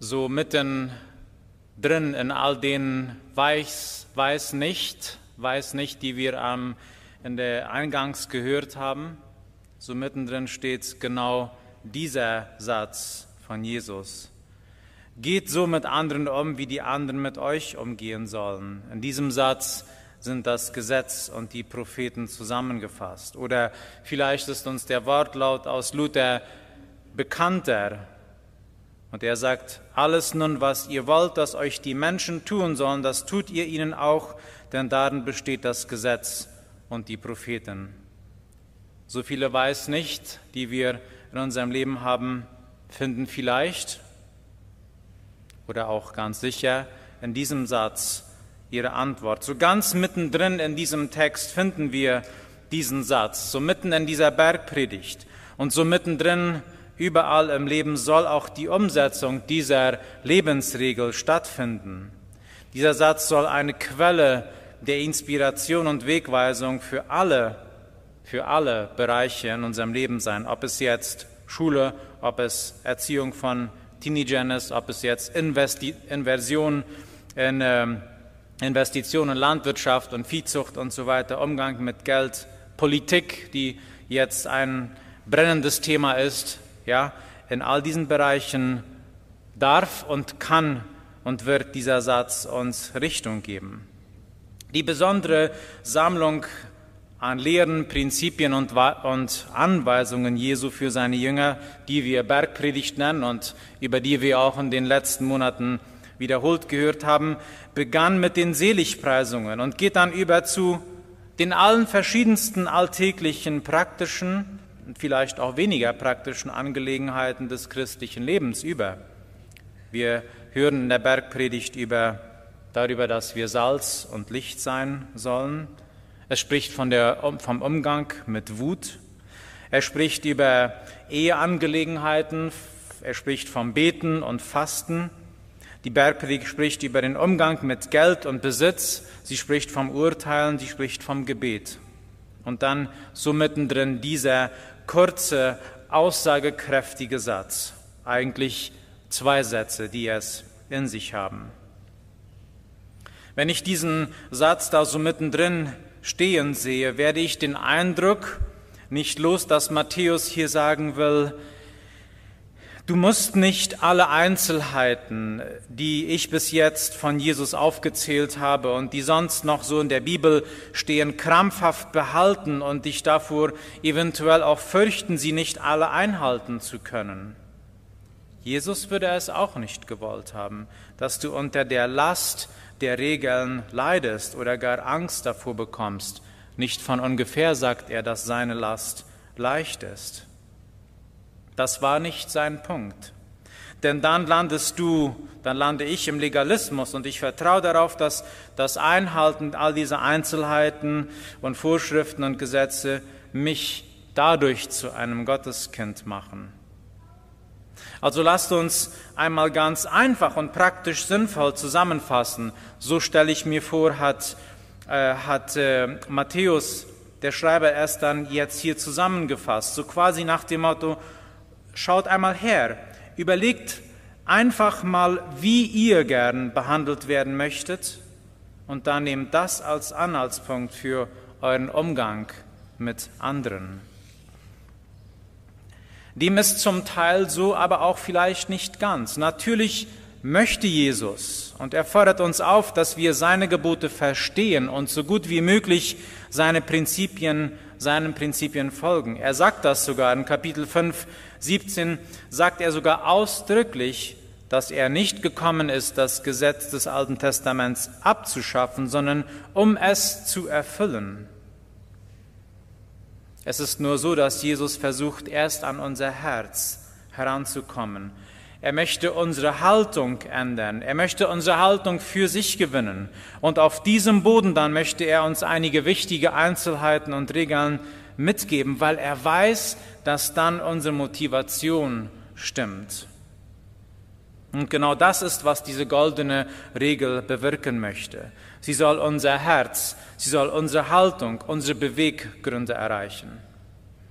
so mitten drin in all den weiß nicht, die wir in der Eingangs gehört haben, so mittendrin steht genau dieser Satz von Jesus. Geht so mit anderen um, wie die anderen mit euch umgehen sollen. In diesem Satz sind das Gesetz und die Propheten zusammengefasst. Oder vielleicht ist uns der Wortlaut aus Luther bekannter. Und er sagt, alles nun, was ihr wollt, dass euch die Menschen tun sollen, das tut ihr ihnen auch, denn darin besteht das Gesetz und die Propheten. So viele weiß nicht, die wir in unserem Leben haben, finden vielleicht oder auch ganz sicher in diesem Satz ihre Antwort. So ganz mittendrin in diesem Text finden wir diesen Satz, so mitten in dieser Bergpredigt und so mittendrin überall im Leben soll auch die Umsetzung dieser Lebensregel stattfinden. Dieser Satz soll eine Quelle der Inspiration und Wegweisung für alle Bereiche in unserem Leben sein, ob es jetzt Schule, ob es Erziehung von Teenagern ist, ob es jetzt Investitionen in Landwirtschaft und Viehzucht und so weiter, Umgang mit Geld, Politik, die jetzt ein brennendes Thema ist. Ja, in all diesen Bereichen darf und kann und wird dieser Satz uns Richtung geben. Die besondere Sammlung an Lehren, Prinzipien und Anweisungen Jesu für seine Jünger, die wir Bergpredigt nennen und über die wir auch in den letzten Monaten wiederholt gehört haben, begann mit den Seligpreisungen und geht dann über zu den allen verschiedensten alltäglichen, praktischen und vielleicht auch weniger praktischen Angelegenheiten des christlichen Lebens über. Wir hören in der Bergpredigt darüber, dass wir Salz und Licht sein sollen. Es spricht vom Umgang mit Wut. Er spricht über Eheangelegenheiten. Er spricht vom Beten und Fasten. Die Bergpredigt spricht über den Umgang mit Geld und Besitz. Sie spricht vom Urteilen, sie spricht vom Gebet. Und dann so mittendrin dieser kurze, aussagekräftige Satz. Eigentlich 2 Sätze, die es in sich haben. Wenn ich diesen Satz da so mittendrin stehen sehe, werde ich den Eindruck nicht los, dass Matthäus hier sagen will, du musst nicht alle Einzelheiten, die ich bis jetzt von Jesus aufgezählt habe und die sonst noch so in der Bibel stehen, krampfhaft behalten und dich davor eventuell auch fürchten, sie nicht alle einhalten zu können. Jesus würde es auch nicht gewollt haben, dass du unter der Last der Regeln leidest oder gar Angst davor bekommst. Nicht von ungefähr sagt er, dass seine Last leicht ist. Das war nicht sein Punkt. Denn dann lande ich im Legalismus und ich vertraue darauf, dass das Einhalten all dieser Einzelheiten und Vorschriften und Gesetze mich dadurch zu einem Gotteskind machen. Also lasst uns einmal ganz einfach und praktisch sinnvoll zusammenfassen. So stelle ich mir vor, hat Matthäus, der Schreiber, erst dann jetzt hier zusammengefasst. So quasi nach dem Motto, schaut einmal her, überlegt einfach mal, wie ihr gern behandelt werden möchtet und dann nehmt das als Anhaltspunkt für euren Umgang mit anderen. Dem ist zum Teil so, aber auch vielleicht nicht ganz. Natürlich möchte Jesus und er fordert uns auf, dass wir seine Gebote verstehen und so gut wie möglich seinen Prinzipien folgen. Er sagt das sogar in Kapitel 5, 17, sagt er sogar ausdrücklich, dass er nicht gekommen ist, das Gesetz des Alten Testaments abzuschaffen, sondern um es zu erfüllen. Es ist nur so, dass Jesus versucht, erst an unser Herz heranzukommen. Er möchte unsere Haltung ändern. Er möchte unsere Haltung für sich gewinnen. Und auf diesem Boden dann möchte er uns einige wichtige Einzelheiten und Regeln mitgeben, weil er weiß, dass dann unsere Motivation stimmt. Und genau das ist, was diese goldene Regel bewirken möchte. Sie soll unser Herz, sie soll unsere Haltung, unsere Beweggründe erreichen.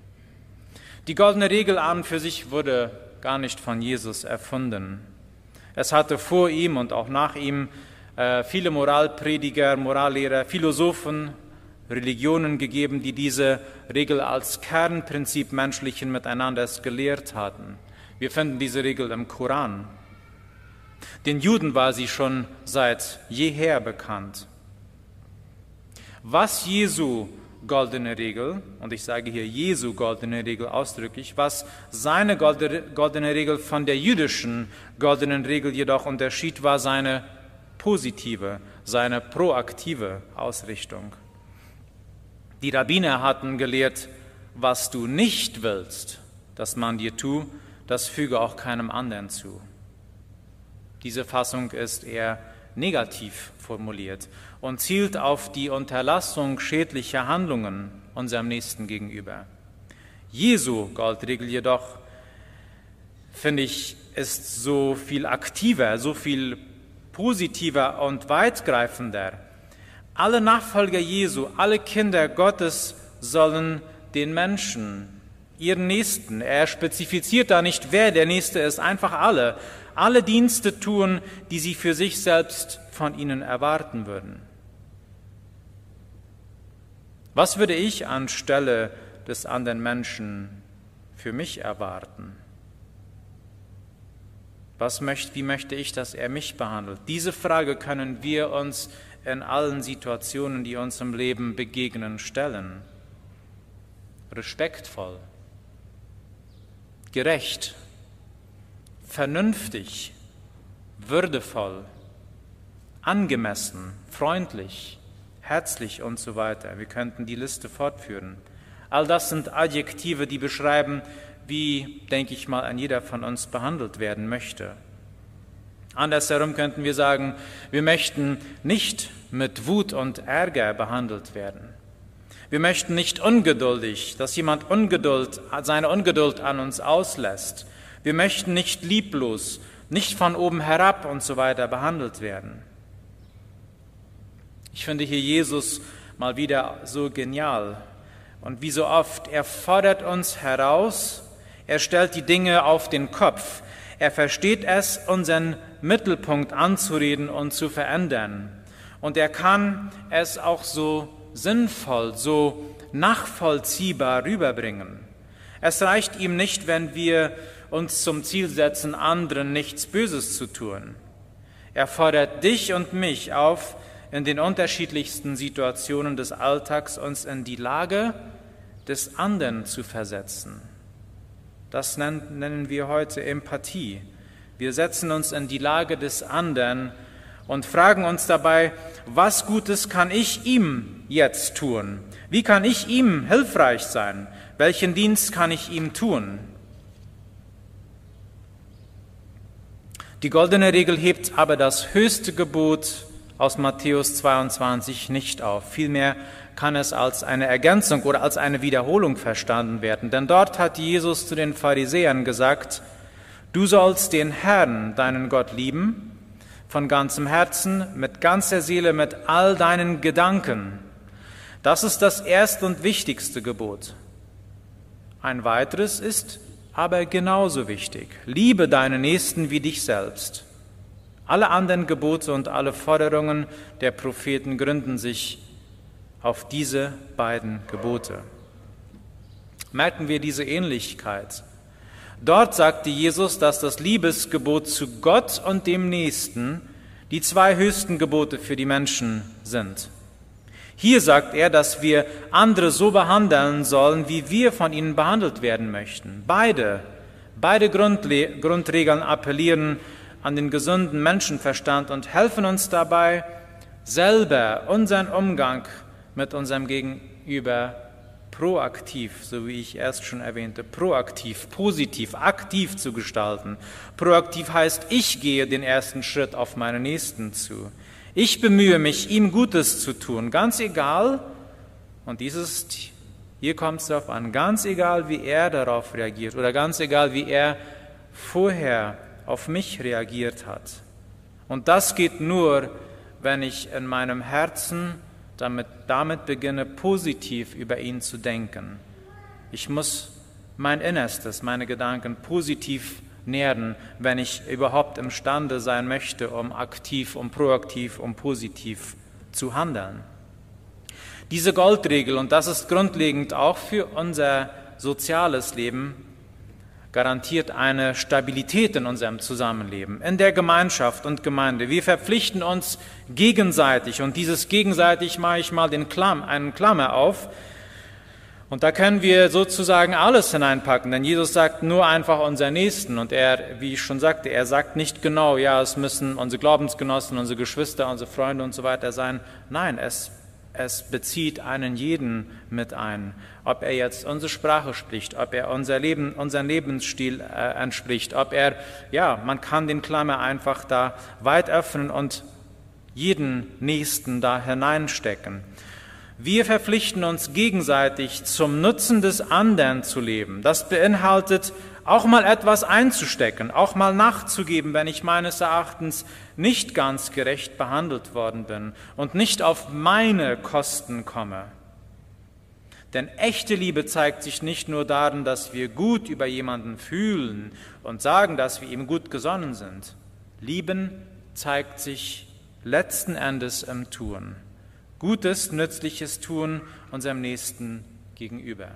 Die goldene Regel an und für sich wurde gar nicht von Jesus erfunden. Es hatte vor ihm und auch nach ihm viele Moralprediger, Morallehrer, Philosophen, Religionen gegeben, die diese Regel als Kernprinzip menschlichen Miteinanders gelehrt hatten. Wir finden diese Regel im Koran. Den Juden war sie schon seit jeher bekannt. Was Jesu goldene Regel, und ich sage hier Jesu goldene Regel ausdrücklich, was seine goldene Regel von der jüdischen goldenen Regel jedoch unterschied, war seine positive, seine proaktive Ausrichtung. Die Rabbiner hatten gelehrt, was du nicht willst, dass man dir tue, das füge auch keinem anderen zu. Diese Fassung ist eher negativ formuliert und zielt auf die Unterlassung schädlicher Handlungen unserem Nächsten gegenüber. Jesu Goldregel jedoch, finde ich, ist so viel aktiver, so viel positiver und weitgreifender. Alle Nachfolger Jesu, alle Kinder Gottes sollen den Menschen, ihren Nächsten, er spezifiziert da nicht, wer der Nächste ist, einfach alle Dienste tun, die sie für sich selbst von ihnen erwarten würden. Was würde ich anstelle des anderen Menschen für mich erwarten? Wie möchte ich, dass er mich behandelt? Diese Frage können wir uns in allen Situationen, die uns im Leben begegnen, stellen. Respektvoll, gerecht, vernünftig, würdevoll, angemessen, freundlich, herzlich und so weiter. Wir könnten die Liste fortführen. All das sind Adjektive, die beschreiben, wie, denke ich mal, ein jeder von uns behandelt werden möchte. Andersherum könnten wir sagen, wir möchten nicht mit Wut und Ärger behandelt werden. Wir möchten nicht ungeduldig, dass jemand seine Ungeduld an uns auslässt. Wir möchten nicht lieblos, nicht von oben herab und so weiter behandelt werden. Ich finde hier Jesus mal wieder so genial. Und wie so oft, er fordert uns heraus, er stellt die Dinge auf den Kopf. Er versteht es, unseren Mittelpunkt anzureden und zu verändern. Und er kann es auch so sinnvoll, so nachvollziehbar rüberbringen. Es reicht ihm nicht, wenn wir uns zum Ziel setzen, anderen nichts Böses zu tun. Er fordert dich und mich auf, in den unterschiedlichsten Situationen des Alltags uns in die Lage des anderen zu versetzen. Das nennen wir heute Empathie. Wir setzen uns in die Lage des anderen und fragen uns dabei, was Gutes kann ich ihm jetzt tun? Wie kann ich ihm hilfreich sein? Welchen Dienst kann ich ihm tun? Die goldene Regel hebt aber das höchste Gebot aus Matthäus 22 nicht auf. Vielmehr kann es als eine Ergänzung oder als eine Wiederholung verstanden werden. Denn dort hat Jesus zu den Pharisäern gesagt, du sollst den Herrn, deinen Gott, lieben, von ganzem Herzen, mit ganzer Seele, mit all deinen Gedanken. Das ist das erste und wichtigste Gebot. Ein weiteres ist aber genauso wichtig. Liebe deinen Nächsten wie dich selbst. Alle anderen Gebote und alle Forderungen der Propheten gründen sich auf diese beiden Gebote. Merken wir diese Ähnlichkeit. Dort sagte Jesus, dass das Liebesgebot zu Gott und dem Nächsten die zwei höchsten Gebote für die Menschen sind. Hier sagt er, dass wir andere so behandeln sollen, wie wir von ihnen behandelt werden möchten. Beide Grundregeln appellieren an den gesunden Menschenverstand und helfen uns dabei, selber unseren Umgang mit unserem Gegenüber proaktiv, so wie ich erst schon erwähnte, proaktiv, positiv, aktiv zu gestalten. Proaktiv heißt, ich gehe den ersten Schritt auf meinen Nächsten zu. Ich bemühe mich, ihm Gutes zu tun, ganz egal, und hier kommt es darauf an, ganz egal, wie er darauf reagiert oder ganz egal, wie er vorher auf mich reagiert hat. Und das geht nur, wenn ich in meinem Herzen damit beginne, positiv über ihn zu denken. Ich muss mein Innerstes, meine Gedanken positiv nähren, wenn ich überhaupt imstande sein möchte, um aktiv, um proaktiv, um positiv zu handeln. Diese Goldregel, und das ist grundlegend auch für unser soziales Leben, garantiert eine Stabilität in unserem Zusammenleben, in der Gemeinschaft und Gemeinde. Wir verpflichten uns gegenseitig, und dieses gegenseitig mache ich mal einen Klammer auf, und da können wir sozusagen alles hineinpacken, denn Jesus sagt nur einfach unser Nächsten, und er, wie ich schon sagte, er sagt nicht genau, ja, es müssen unsere Glaubensgenossen, unsere Geschwister, unsere Freunde und so weiter sein. Nein, es bezieht einen jeden mit ein, ob er jetzt unsere Sprache spricht, ob er unseren Lebensstil entspricht, ob er, ja, man kann den Klammer einfach da weit öffnen und jeden Nächsten da hineinstecken. Wir verpflichten uns gegenseitig zum Nutzen des anderen zu leben. Das beinhaltet, auch mal etwas einzustecken, auch mal nachzugeben, wenn ich meines Erachtens nicht ganz gerecht behandelt worden bin und nicht auf meine Kosten komme. Denn echte Liebe zeigt sich nicht nur darin, dass wir gut über jemanden fühlen und sagen, dass wir ihm gut gesonnen sind. Lieben zeigt sich letzten Endes im Tun. Gutes, nützliches Tun unserem Nächsten gegenüber.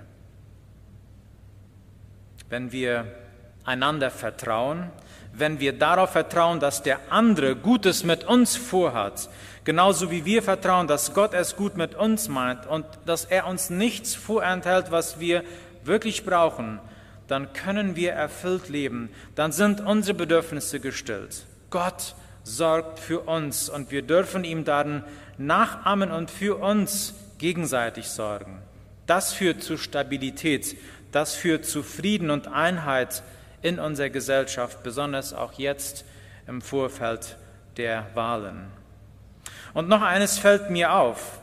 Wenn wir einander vertrauen, wenn wir darauf vertrauen, dass der andere Gutes mit uns vorhat, genauso wie wir vertrauen, dass Gott es gut mit uns meint und dass er uns nichts vorenthält, was wir wirklich brauchen, dann können wir erfüllt leben, dann sind unsere Bedürfnisse gestillt. Gott sorgt für uns und wir dürfen ihm dann nachahmen und für uns gegenseitig sorgen. Das führt zu Stabilität, das führt zu Frieden und Einheit in unserer Gesellschaft, besonders auch jetzt im Vorfeld der Wahlen. Und noch eines fällt mir auf,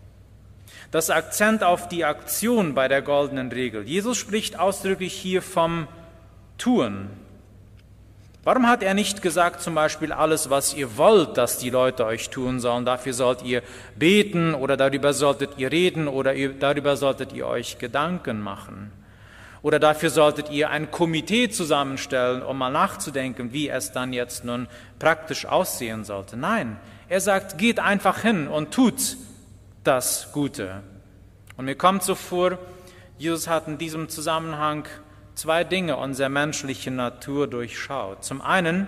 das Akzent auf die Aktion bei der goldenen Regel. Jesus spricht ausdrücklich hier vom Tun. Warum hat er nicht gesagt, zum Beispiel alles, was ihr wollt, dass die Leute euch tun sollen, dafür sollt ihr beten oder darüber solltet ihr reden oder darüber solltet ihr euch Gedanken machen? Oder dafür solltet ihr ein Komitee zusammenstellen, um mal nachzudenken, wie es dann jetzt nun praktisch aussehen sollte. Nein, er sagt, geht einfach hin und tut das Gute. Und mir kommt so vor, Jesus hat in diesem Zusammenhang zwei Dinge unserer menschlichen Natur durchschaut. Zum einen,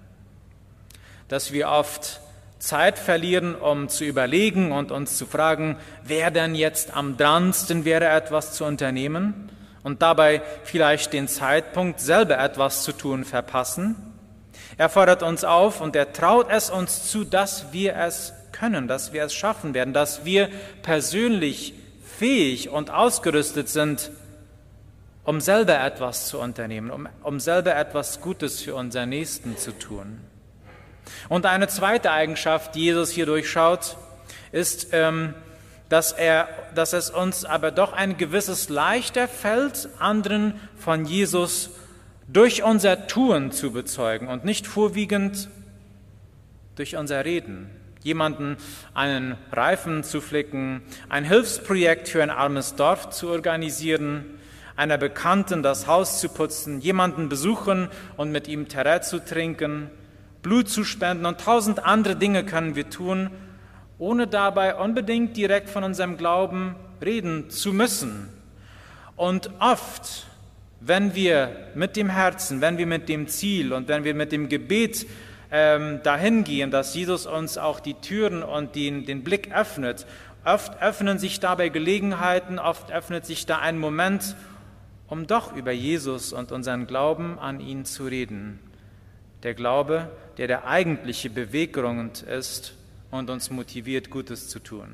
dass wir oft Zeit verlieren, um zu überlegen und uns zu fragen, wer denn jetzt am dransten wäre, etwas zu unternehmen und dabei vielleicht den Zeitpunkt, selber etwas zu tun, verpassen. Er fordert uns auf und er traut es uns zu, dass wir es können, dass wir es schaffen werden, dass wir persönlich fähig und ausgerüstet sind, um selber etwas zu unternehmen, um selber etwas Gutes für unseren Nächsten zu tun. Und eine zweite Eigenschaft, die Jesus hier durchschaut, ist, dass es uns aber doch ein gewisses leichter fällt, anderen von Jesus durch unser Tun zu bezeugen und nicht vorwiegend durch unser Reden. Jemanden einen Reifen zu flicken, ein Hilfsprojekt für ein armes Dorf zu organisieren, einer Bekannten das Haus zu putzen, jemanden besuchen und mit ihm Terre zu trinken, Blut zu spenden und 1000 andere Dinge können wir tun, ohne dabei unbedingt direkt von unserem Glauben reden zu müssen. Und oft, wenn wir mit dem Herzen, wenn wir mit dem Ziel und wenn wir mit dem Gebet dahin gehen, dass Jesus uns auch die Türen und den Blick öffnet, oft öffnen sich dabei Gelegenheiten, oft öffnet sich da ein Moment, um doch über Jesus und unseren Glauben an ihn zu reden. Der Glaube, der eigentliche Beweggrund ist und uns motiviert, Gutes zu tun.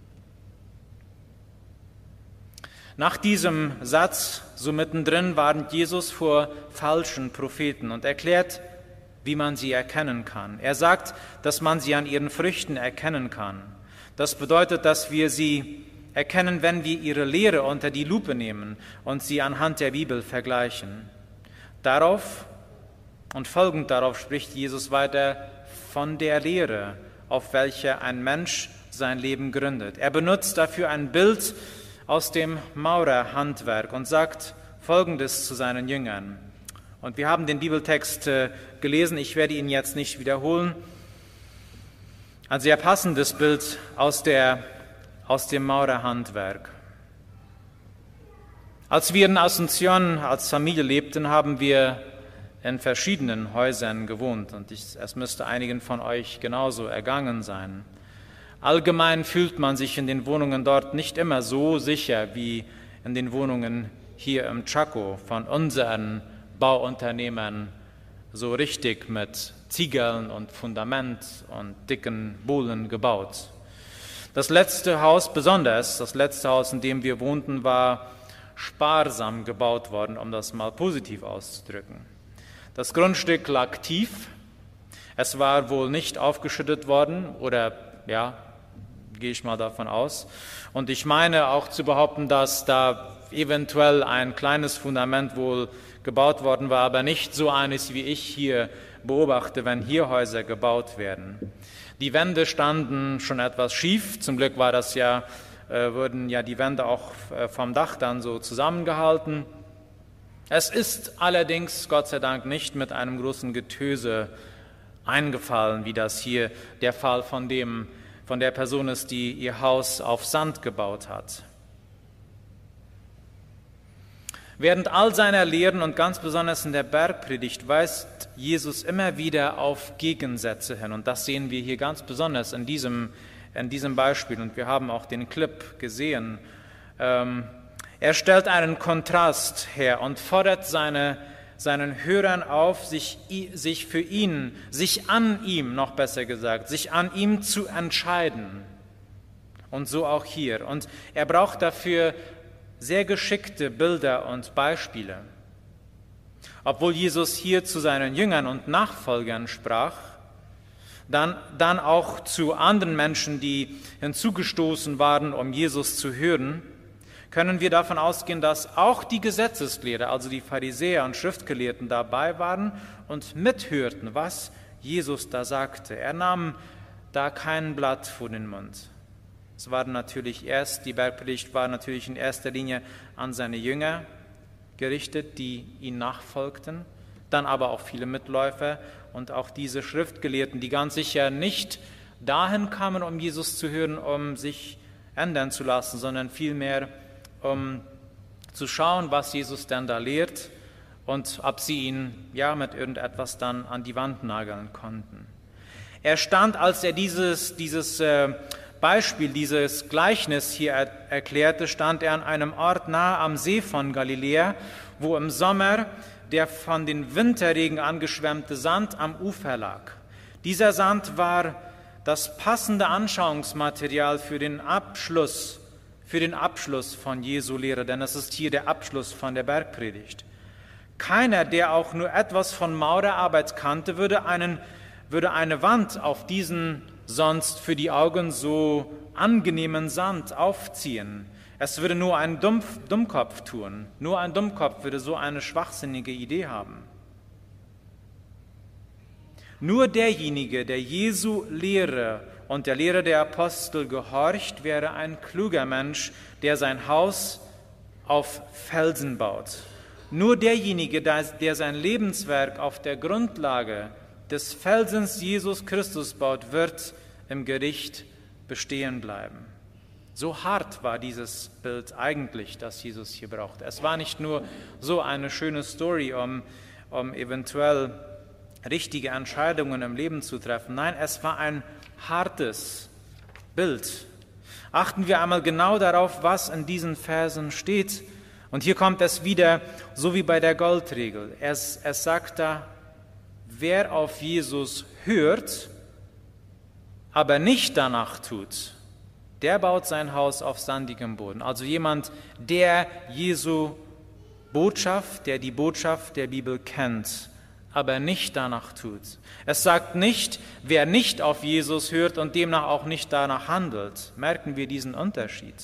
Nach diesem Satz, so mittendrin, warnt Jesus vor falschen Propheten und erklärt, wie man sie erkennen kann. Er sagt, dass man sie an ihren Früchten erkennen kann. Das bedeutet, dass wir sie erkennen, wenn wir ihre Lehre unter die Lupe nehmen und sie anhand der Bibel vergleichen. Darauf und folgend darauf spricht Jesus weiter von der Lehre, auf welche ein Mensch sein Leben gründet. Er benutzt dafür ein Bild aus dem Maurerhandwerk und sagt Folgendes zu seinen Jüngern. Und wir haben den Bibeltext gelesen, ich werde ihn jetzt nicht wiederholen. Ein sehr passendes Bild aus dem Maurerhandwerk. Als wir in Asunción als Familie lebten, haben wir in verschiedenen Häusern gewohnt und es müsste einigen von euch genauso ergangen sein. Allgemein fühlt man sich in den Wohnungen dort nicht immer so sicher wie in den Wohnungen hier im Chaco von unseren Bauunternehmern, so richtig mit Ziegeln und Fundament und dicken Bohlen gebaut. Das letzte Haus, in dem wir wohnten, war sparsam gebaut worden, um das mal positiv auszudrücken. Das Grundstück lag tief, es war wohl nicht aufgeschüttet worden oder ja, gehe ich mal davon aus. Und ich meine auch zu behaupten, dass da eventuell ein kleines Fundament wohl gebaut worden war, aber nicht so eines, wie ich hier beobachte, wenn hier Häuser gebaut werden. Die Wände standen schon etwas schief, zum Glück wurden ja die Wände auch vom Dach dann so zusammengehalten. Es ist allerdings, Gott sei Dank, nicht mit einem großen Getöse eingefallen, wie das hier der Fall von der Person ist, die ihr Haus auf Sand gebaut hat. Während all seiner Lehren und ganz besonders in der Bergpredigt weist Jesus immer wieder auf Gegensätze hin. Und das sehen wir hier ganz besonders in diesem Beispiel. Und wir haben auch den Clip gesehen. Er stellt einen Kontrast her und fordert seinen Hörern auf, sich an ihm zu entscheiden. Und so auch hier. Und er braucht dafür sehr geschickte Bilder und Beispiele. Obwohl Jesus hier zu seinen Jüngern und Nachfolgern sprach, dann auch zu anderen Menschen, die hinzugestoßen waren, um Jesus zu hören, können wir davon ausgehen, dass auch die Gesetzeslehrer, also die Pharisäer und Schriftgelehrten dabei waren und mithörten, was Jesus da sagte. Er nahm da kein Blatt vor den Mund. Die Bergpredigt war natürlich in erster Linie an seine Jünger gerichtet, die ihn nachfolgten, dann aber auch viele Mitläufer und auch diese Schriftgelehrten, die ganz sicher nicht dahin kamen, um Jesus zu hören, um sich ändern zu lassen, sondern vielmehr um zu schauen, was Jesus denn da lehrt und ob sie ihn mit irgendetwas dann an die Wand nageln konnten. Er stand, als er dieses Beispiel, dieses Gleichnis hier erklärte, stand er an einem Ort nahe am See von Galiläa, wo im Sommer der von den Winterregen angeschwemmte Sand am Ufer lag. Dieser Sand war das passende Anschauungsmaterial für den Abschluss von Jesu Lehre, denn es ist hier der Abschluss von der Bergpredigt. Keiner, der auch nur etwas von Maurerarbeit kannte, würde eine Wand auf diesen sonst für die Augen so angenehmen Sand aufziehen. Es würde nur ein Dummkopf tun. Nur ein Dummkopf würde so eine schwachsinnige Idee haben. Nur derjenige, der Jesu Lehre und der Lehre der Apostel gehorcht, wäre ein kluger Mensch, der sein Haus auf Felsen baut. Nur derjenige, der sein Lebenswerk auf der Grundlage des Felsens Jesus Christus baut, wird im Gericht bestehen bleiben. So hart war dieses Bild eigentlich, das Jesus hier brauchte. Es war nicht nur so eine schöne Story, um eventuell richtige Entscheidungen im Leben zu treffen. Nein, es war ein hartes Bild. Achten wir einmal genau darauf, was in diesen Versen steht. Und hier kommt es wieder, so wie bei der Goldregel. Es sagt da, wer auf Jesus hört, aber nicht danach tut, der baut sein Haus auf sandigem Boden. Also jemand, der Jesu Botschaft, der die Botschaft der Bibel kennt, aber nicht danach tut. Es sagt nicht, wer nicht auf Jesus hört und demnach auch nicht danach handelt. Merken wir diesen Unterschied?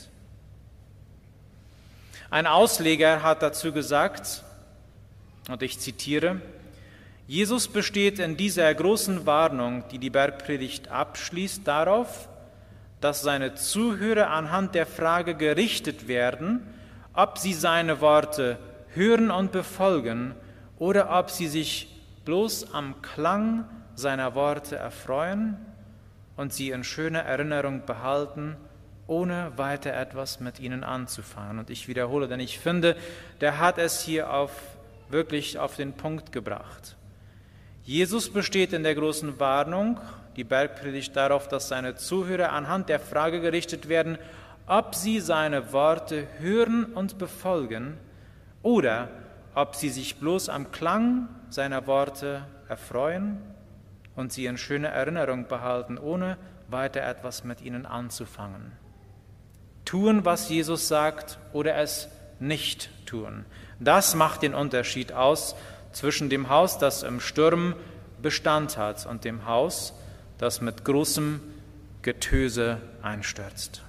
Ein Ausleger hat dazu gesagt, und ich zitiere, Jesus besteht in dieser großen Warnung, die die Bergpredigt abschließt, darauf, dass seine Zuhörer anhand der Frage gerichtet werden, ob sie seine Worte hören und befolgen oder ob sie sich bloß am Klang seiner Worte erfreuen und sie in schöner Erinnerung behalten, ohne weiter etwas mit ihnen anzufangen. Und ich wiederhole, denn ich finde, der hat es hier wirklich auf den Punkt gebracht. Jesus besteht in der großen Warnung, die Bergpredigt, darauf, dass seine Zuhörer anhand der Frage gerichtet werden, ob sie seine Worte hören und befolgen oder ob sie sich bloß am Klang seiner Worte erfreuen und sie in schöner Erinnerung behalten, ohne weiter etwas mit ihnen anzufangen. Tun, was Jesus sagt, oder es nicht tun. Das macht den Unterschied aus zwischen dem Haus, das im Sturm Bestand hat, und dem Haus, das mit großem Getöse einstürzt.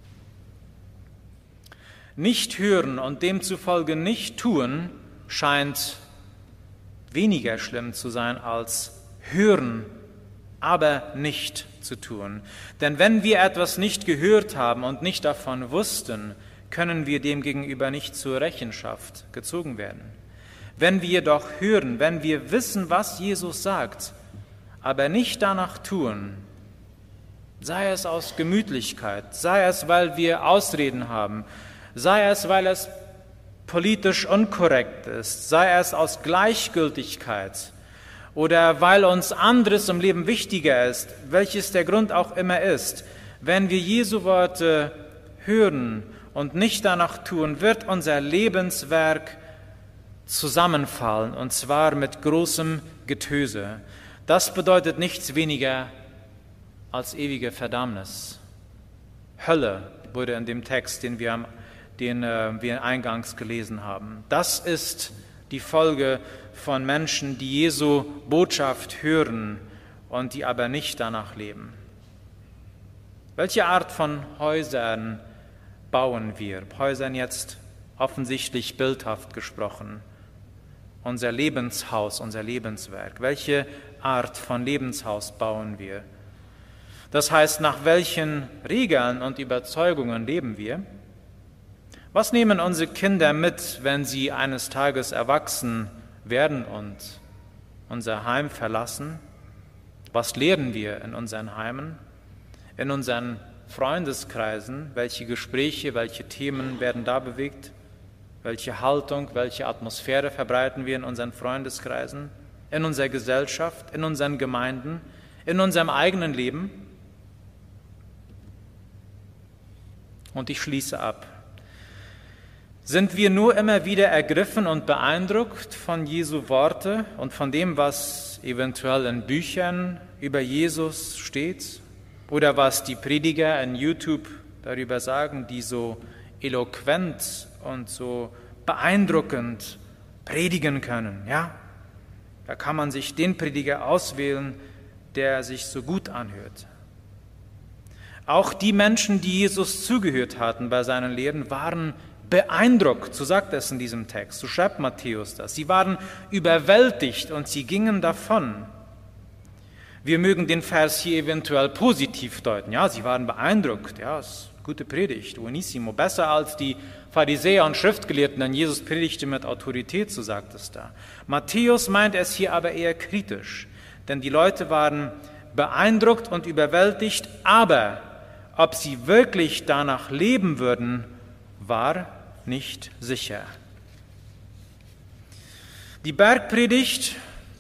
Nicht hören und demzufolge nicht tun, scheint weniger schlimm zu sein als hören, aber nicht zu tun. Denn wenn wir etwas nicht gehört haben und nicht davon wussten, können wir demgegenüber nicht zur Rechenschaft gezogen werden. Wenn wir jedoch hören, wenn wir wissen, was Jesus sagt, aber nicht danach tun, sei es aus Gemütlichkeit, sei es, weil wir Ausreden haben, sei es, weil es politisch unkorrekt ist, sei es aus Gleichgültigkeit oder weil uns anderes im Leben wichtiger ist, welches der Grund auch immer ist, wenn wir Jesu Worte hören und nicht danach tun, wird unser Lebenswerk zusammenfallen, und zwar mit großem Getöse. Das bedeutet nichts weniger als ewige Verdammnis. Hölle wurde in dem Text, den wir eingangs gelesen haben. Das ist die Folge von Menschen, die Jesu Botschaft hören und die aber nicht danach leben. Welche Art von Häusern bauen wir? Häusern jetzt offensichtlich bildhaft gesprochen. Unser Lebenshaus, unser Lebenswerk. Welche Art von Lebenshaus bauen wir? Das heißt, nach welchen Regeln und Überzeugungen leben wir? Was nehmen unsere Kinder mit, wenn sie eines Tages erwachsen werden und unser Heim verlassen? Was lehren wir in unseren Heimen, in unseren Freundeskreisen? Welche Gespräche, welche Themen werden da bewegt? Welche Haltung, welche Atmosphäre verbreiten wir in unseren Freundeskreisen, in unserer Gesellschaft, in unseren Gemeinden, in unserem eigenen Leben? Und ich schließe ab. Sind wir nur immer wieder ergriffen und beeindruckt von Jesu Worte und von dem, was eventuell in Büchern über Jesus steht oder was die Prediger in YouTube darüber sagen, die so eloquent und so beeindruckend predigen können, ja? Da kann man sich den Prediger auswählen, der sich so gut anhört. Auch die Menschen, die Jesus zugehört hatten bei seinen Lehren, waren beeindruckt, so sagt es in diesem Text, so schreibt Matthäus das. Sie waren überwältigt und sie gingen davon. Wir mögen den Vers hier eventuell positiv deuten. Ja, sie waren beeindruckt. Ja, ist eine gute Predigt, buonissimo. Besser als die Pharisäer und Schriftgelehrten, denn Jesus predigte mit Autorität, so sagt es da. Matthäus meint es hier aber eher kritisch, denn die Leute waren beeindruckt und überwältigt, aber ob sie wirklich danach leben würden, war nicht sicher. Die Bergpredigt,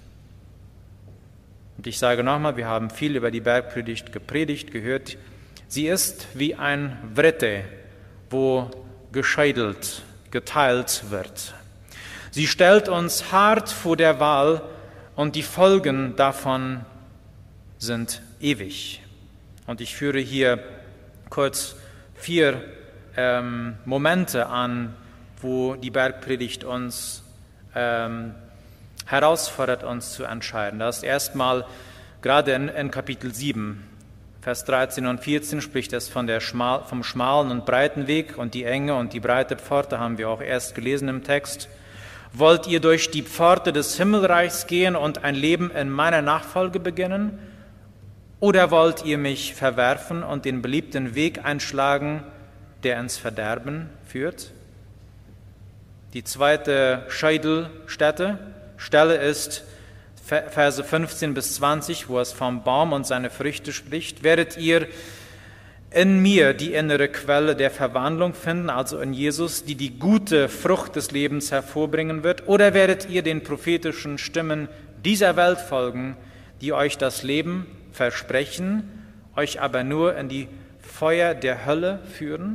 und ich sage nochmal, wir haben viel über die Bergpredigt gehört, sie ist wie ein Wrette, wo gescheidelt, geteilt wird. Sie stellt uns hart vor der Wahl und die Folgen davon sind ewig. Und ich führe hier kurz 4 Momente an, wo die Bergpredigt uns herausfordert, uns zu entscheiden. Das ist erstmal gerade in Kapitel 7, Vers 13 und 14 spricht es vom schmalen und breiten Weg, und die enge und die breite Pforte haben wir auch erst gelesen im Text. Wollt ihr durch die Pforte des Himmelreichs gehen und ein Leben in meiner Nachfolge beginnen? Oder wollt ihr mich verwerfen und den beliebten Weg einschlagen, der ins Verderben führt? Die zweite Scheitelstätte Stelle ist Verse 15 bis 20, wo es vom Baum und seine Früchte spricht. Werdet ihr in mir die innere Quelle der Verwandlung finden, also in Jesus, die die gute Frucht des Lebens hervorbringen wird? Oder werdet ihr den prophetischen Stimmen dieser Welt folgen, die euch das Leben versprechen, euch aber nur in die Feuer der Hölle führen?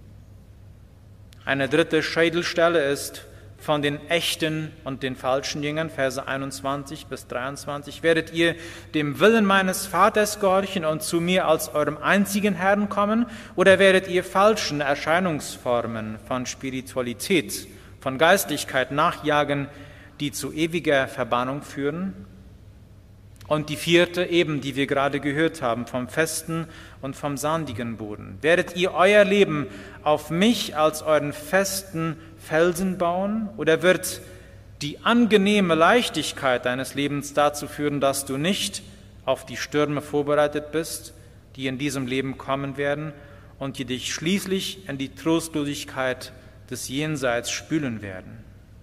Eine dritte Schädelstelle ist von den echten und den falschen Jüngern, Verse 21 bis 23. Werdet ihr dem Willen meines Vaters gehorchen und zu mir als eurem einzigen Herrn kommen? Oder werdet ihr falschen Erscheinungsformen von Spiritualität, von Geistlichkeit nachjagen, die zu ewiger Verbannung führen? Und die vierte eben, die wir gerade gehört haben, vom festen und vom sandigen Boden. Werdet ihr euer Leben auf mich als euren festen Felsen bauen? Oder wird die angenehme Leichtigkeit deines Lebens dazu führen, dass du nicht auf die Stürme vorbereitet bist, die in diesem Leben kommen werden und die dich schließlich in die Trostlosigkeit des Jenseits spülen werden?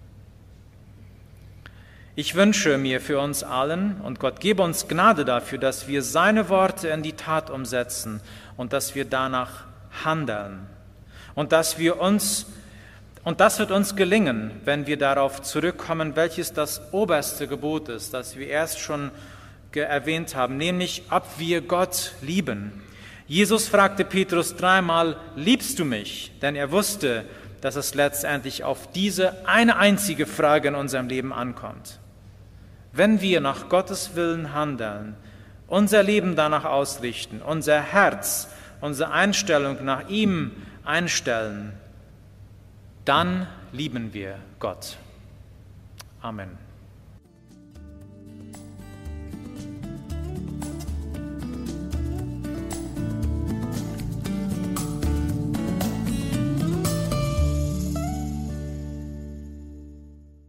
Ich wünsche mir für uns allen, und Gott gebe uns Gnade dafür, dass wir seine Worte in die Tat umsetzen und dass wir danach handeln. Und das wird uns gelingen, wenn wir darauf zurückkommen, welches das oberste Gebot ist, das wir erst schon erwähnt haben, nämlich ob wir Gott lieben. Jesus fragte Petrus dreimal: Liebst du mich? Denn er wusste, dass es letztendlich auf diese eine einzige Frage in unserem Leben ankommt. Wenn wir nach Gottes Willen handeln, unser Leben danach ausrichten, unser Herz, unsere Einstellung nach ihm einstellen, dann lieben wir Gott. Amen.